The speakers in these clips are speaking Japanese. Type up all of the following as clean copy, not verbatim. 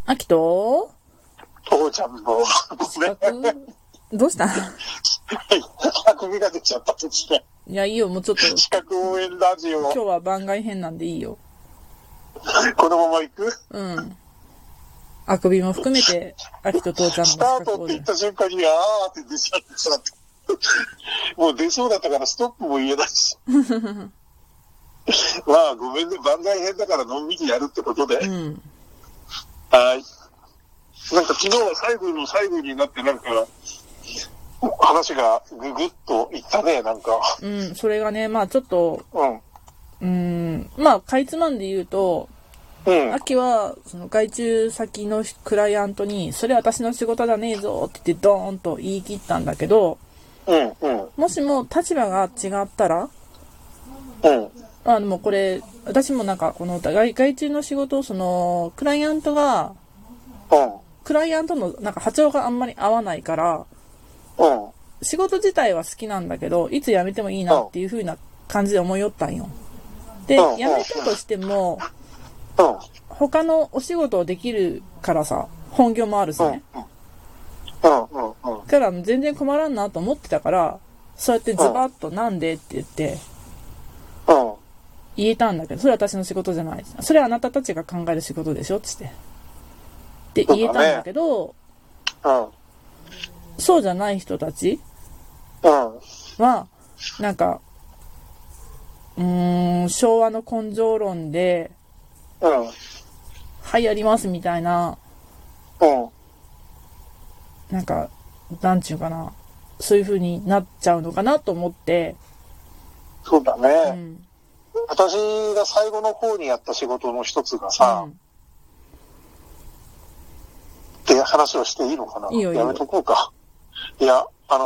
あきと父ちゃんの、ごめん。 どうした？ あくびが出ちゃったですね。 いや、いいよ、もうちょっと。 資格応援ラジオ。 今日は番外編なんでいいよ。 このまま行く？ うん。あくびも含めて、あきと父ちゃんのスタートって言った瞬間に、あーって出ちゃってさ、もう出そうだったからストップも言えないし。まあ、ごめんね、番外編だからのんびりやるってことで。 うん。 はい。なんか昨日は最後の最後になってなんか、話がぐぐっといったね、なんか。 うん、それがね、まあちょっと、 うん。 まあかいつまんで言うと、 うん。 秋は、その外注先のクライアントに、それ私の仕事じゃねえぞって言ってドーンと言い切ったんだけど、 うん、うん。 もしも立場が違ったら、 うん。 でもこれ、私もなんかこの外注の仕事、その、クライアントが、クライアントのなんか波長があんまり合わないから、 うん。 仕事自体は好きなんだけど、いつ辞めてもいいなっていう風な感じで思いよったんよ。で、辞めたとしても、他のお仕事をできるからさ、本業もあるしね。だから全然困らんなと思ってたから、そうやってズバッとなんでって言って、言えたんだけど、それは私の仕事じゃない。それはあなたたちが考える仕事でしょって。で、言えたんだけど、そうじゃない人たちは、なんか、昭和の根性論で、はい、やりますみたいな、なんか、なんちゅうかな、そういう風になっちゃうのかなと思って。 そうだね。私が最後の方にやった仕事の一つがさ、って話をしていいのかな？ いいよいいよ。 やめとこうか。いや、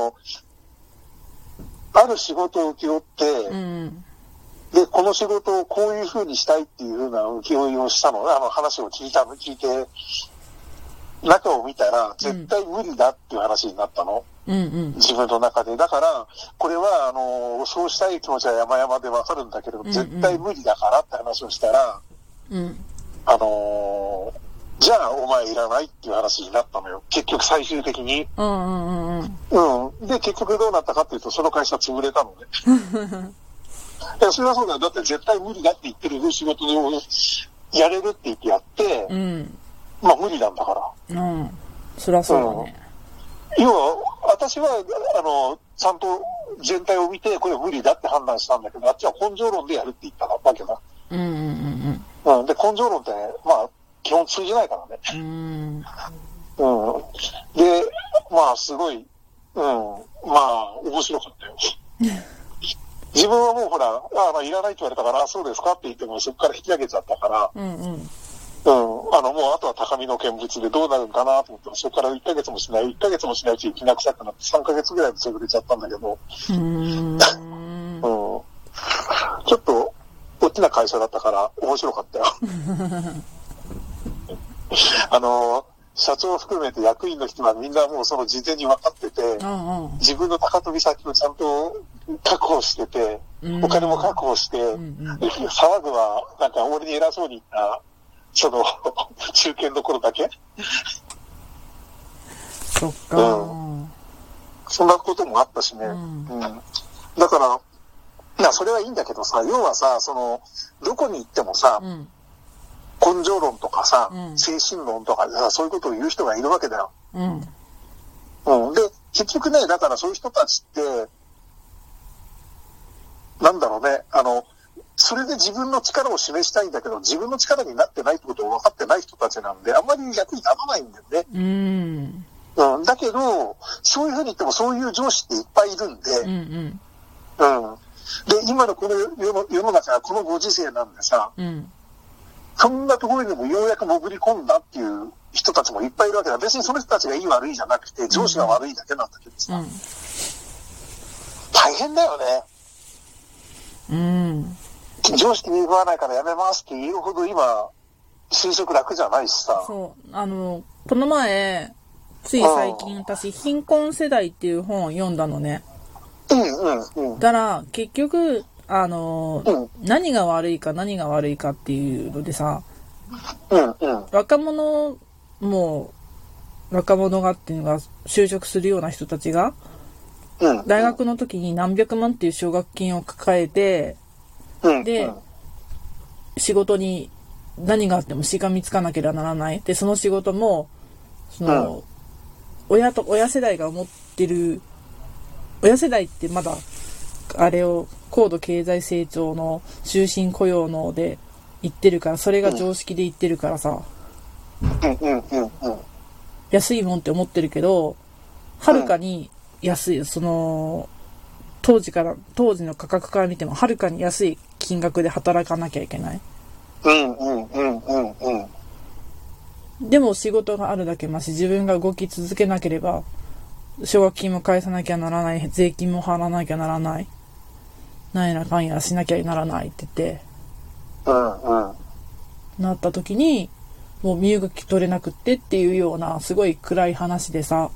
ある仕事を請け負って、で、この仕事をこういう風にしたいっていう風な請負をしたの。話を聞いて、中を見たら、絶対無理だっていう話になったの。自分の中で。だから、これは、そうしたい気持ちは山々でわかるんだけれど、絶対無理だからって話をしたら、じゃあお前いらないっていう話になったのよ。結局最終的に。で、結局どうなったかっていうと、その会社潰れたのね。いや、それはそうだよ。だって絶対無理だって言ってる仕事をやれるって言ってやって、まあ無理なんだから。 そりゃそうだね。 要は、私は、ちゃんと全体を見て、これ無理だって判断したんだけど、あっちは根性論でやるって言ったわけだ。で、根性論ってね、まあ、基本通じないからね。で、まあ、すごい、まあ、面白かったよ。自分はもうほら、いらないって言われたから、そうですかって言っても、そこから引き上げちゃったから、もうあとは高みの見物でどうなるんかなと思ったら、そこから1ヶ月もしないうちに気な臭くなって3ヶ月ぐらいで潰れちゃったんだけど、ちょっと大きな会社だったから面白かったよ。社長含めて役員の人はみんなもうその事前に分かってて、自分の高飛び先をちゃんと確保してて、お金も確保して、騒ぐはなんか俺に偉そうに言った、その中堅どころだけ。 そっか、 そんなこともあったしね。だから、それはいいんだけどさ、要はさ、どこに行ってもさ、根性論とかさ、精神論とかさ、そういうことを言う人がいるわけだよ。で、結局ね、だからそういう人たちって、なんだろうね、それで自分の力を示したいんだけど、自分の力になってないってことを分かってない人たちなんで、あんまり役に立たないんだよね。だけど、そういうふうに言ってもそういう上司っていっぱいいるんで、で、今のこの世の中はこのご時世なんでさ、そんなところにもようやく潜り込んだっていう人たちもいっぱいいるわけだ。別にその人たちがいい悪いじゃなくて、上司が悪いだけなんだけどさ、大変だよね。上司気に食わないからやめますって言うほど今、就職楽じゃないしさ。 そう。この前、つい最近私、貧困世代っていう本を読んだのね。だから、結局、何が悪いかっていうのでさ、若者もう、若者がっていうのが、就職するような人たちが、大学の時に何百万っていう奨学金を抱えて、で、仕事に何があってもしがみつかなければならない。で、その仕事も、親世代が思ってる、親世代ってまだ、あれを、高度経済成長の終身雇用ので言ってるから、それが常識で言ってるからさ、安いもんって思ってるけど、はるかに安い、当時の価格から見ても、はるかに安い金額で働かなきゃいけない。でも仕事があるだけまし、自分が動き続けなければ、奨学金も返さなきゃならない、税金も払わなきゃならない、なんやかんやしなきゃならないって言って、なった時に、もう身動き取れなくってっていうような、すごい暗い話でさ、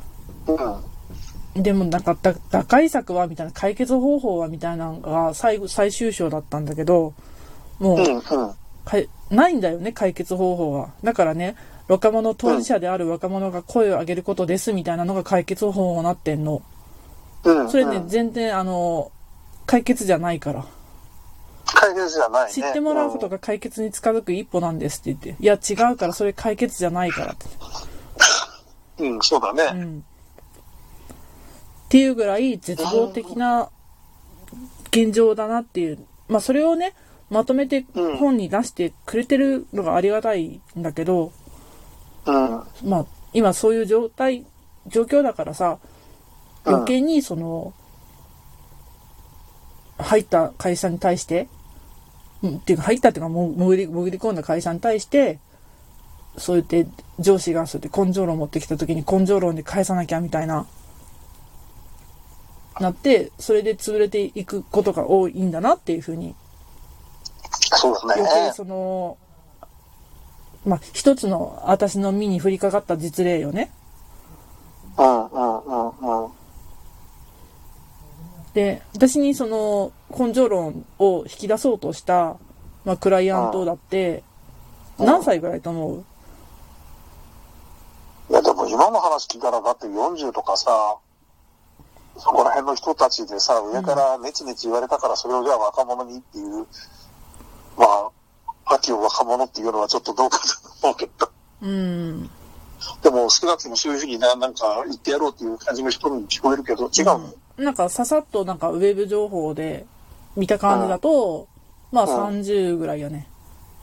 でもなんか打開策はみたいな、解決方法はみたいなのが最終章だったんだけど、もう、ないんだよね、解決方法は。だからね、当事者である若者が声を上げることですみたいなのが解決方法になってんの。それね、全然解決じゃないから。 解決じゃないね。 知ってもらうことが解決に近づく一歩なんですって言って。いや、違うから、それ解決じゃないからって。 そうだね。 っていうぐらい絶望的な現状だなっていう。まあ、それをね、まとめて本に出してくれてるのがありがたいんだけど、まあ、今そういう状況だからさ、余計に入った会社に対して、っていうか入ったっていうか潜り込んだ会社に対して、そう言って上司がそうやって根性論持ってきた時に根性論で返さなきゃみたいな、なって、それで潰れていくことが多いんだなっていうふうに。 そうですね。 余計まあ、一つの私の身に降りかかった実例よね。で、私に根性論を引き出そうとした、まあ、クライアントだって、何歳ぐらいと思う？ いや、でも今の話聞いたらだって40とかさ、そこら辺の人たちでさ、上からネチネチ言われたからそれをじゃあ若者にっていう、まあ、秋を若者っていうのはちょっとどうかと思うけど。でも少なくともそういうふうになんか言ってやろうっていう感じの人に聞こえるけど、違うの？ なんかささっとなんかウェブ情報で見た感じだと、まあ30ぐらいよね。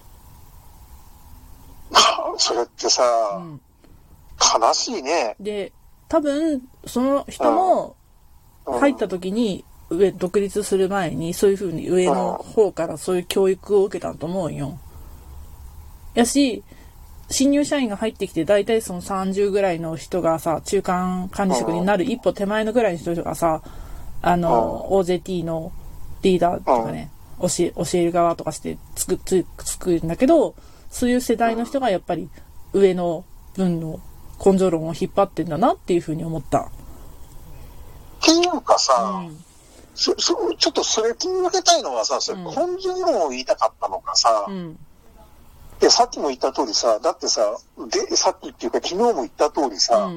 それってさ、悲しいね。 で、多分その人も入った時に独立する前にそういう風に上の方からそういう教育を受けたと思うよ。やし、新入社員が入ってきて大体その30ぐらいの人がさ、中間管理職になる一歩手前のぐらいの人がさ、OJT のリーダーとかね、教える側とかして作るんだけど、そういう世代の人がやっぱり上の分の根性論を引っ張ってんだなっていうふうに思った。 っていうかさ、ちょっとそれ気に分けたいのはさ、それ根性論を言いたかったのかさ、で、さっきも言った通りさ、だってさ、さっきっていうか昨日も言った通りさ、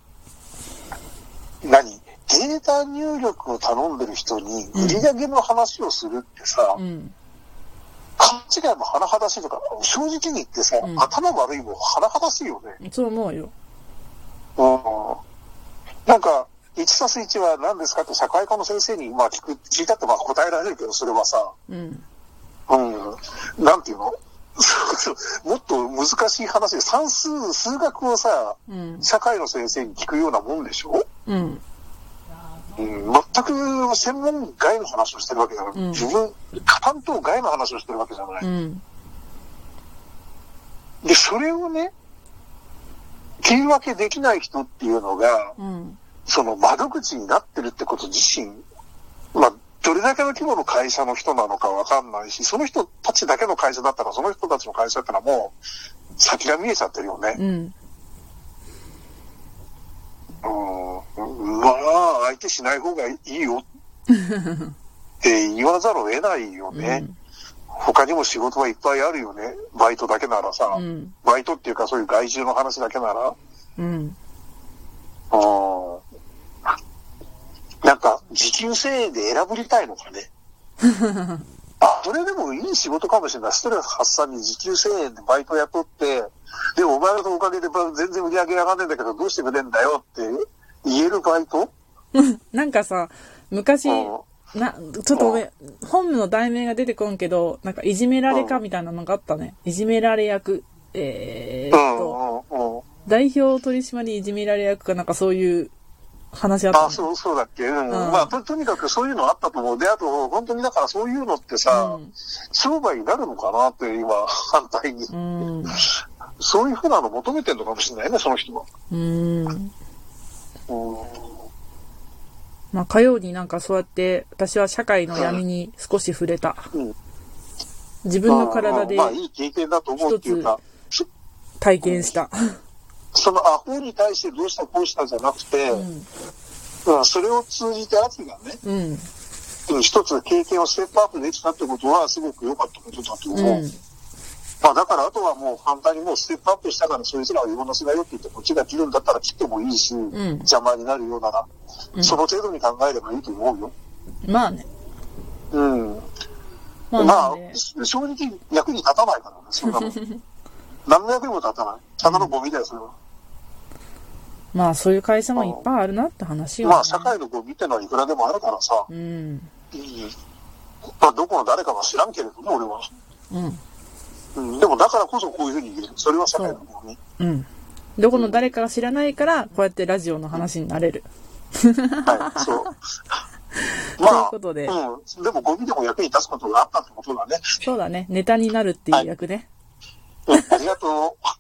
データ入力を頼んでる人に売り上げの話をするってさ、勘違いも甚だしいとか、正直に言ってさ、頭悪いも甚だしいよね。 そう思うよ。 なんか、1+1 は何ですかって社会科の先生に聞いたって答えられるけど、それはさ、なんていうのもっと難しい話で、数学をさ、社会の先生に聞くようなもんでしょ？全く専門外の話をしてるわけじゃない。自分、担当外の話をしてるわけじゃない。で、それをね、切り分けできない人っていうのが、その窓口になってるってこと自身、どれだけの規模の会社の人なのかわかんないし、その人たちだけの会社だったら、その人たちの会社ってのはもう、先が見えちゃってるよね。相手しない方がいいよって言わざるを得ないよね。 他にも仕事はいっぱいあるよね。バイトだけならさ。 うん。 バイトっていうかそういう外注の話だけなら。 うん。 なんか、時給1000円で選ぶりたいのかね。それでもいい仕事かもしれない。ストレス発散に時給1000円でバイト雇って、で、お前のおかげで全然売り上げ上がんねえんだけど、どうしてくれんだよって言えるバイトなんかさ、昔、ちょっとごめん、本の題名が出てこんけど、なんかいじめられかみたいなのがあったね。いじめられ役。代表取締いじめられ役かなんかそういう話あった、ね。 そうだっけ。まあとにかくそういうのあったと思う。で、あと、本当にだからそういうのってさ、商売になるのかなって今、反対に。そういうふうなの求めてんのかもしれないね、その人は。 まあ、火曜になんかそうやって、私は社会の闇に少し触れた。自分の体で、 まあいい経験だと思うっていうか、 体験した。 そのアホに対してどうしたこうしたじゃなくて、それを通じてアキがね、一つ経験をステップアップできたってことはすごく良かったことだと思う。まあだからあとはもう反対にもうステップアップしたからそいつらは世の中だよって言ってこっちが切るんだったら切ってもいいし、邪魔になるようなら、その程度に考えればいいと思うよ。 まあね。 まあ、正直役に立たないからね、そんなの。何の役にも立たない。ただのゴミだよ、それは。 まあそういう会社もいっぱいあるなって話よ、 ね。まあ社会のゴミってのはいくらでもあるからさ。まあどこの誰かは知らんけれども、俺は。でもだからこそこういうふうに言える。それは社会のゴミ。 どこの誰かが知らないから、こうやってラジオの話になれる。 はい、そう。 まあ、ということで。 でもゴミでも役に立つことがあったってことだね。 そうだね。ネタになるっていう役ね。 ありがとう。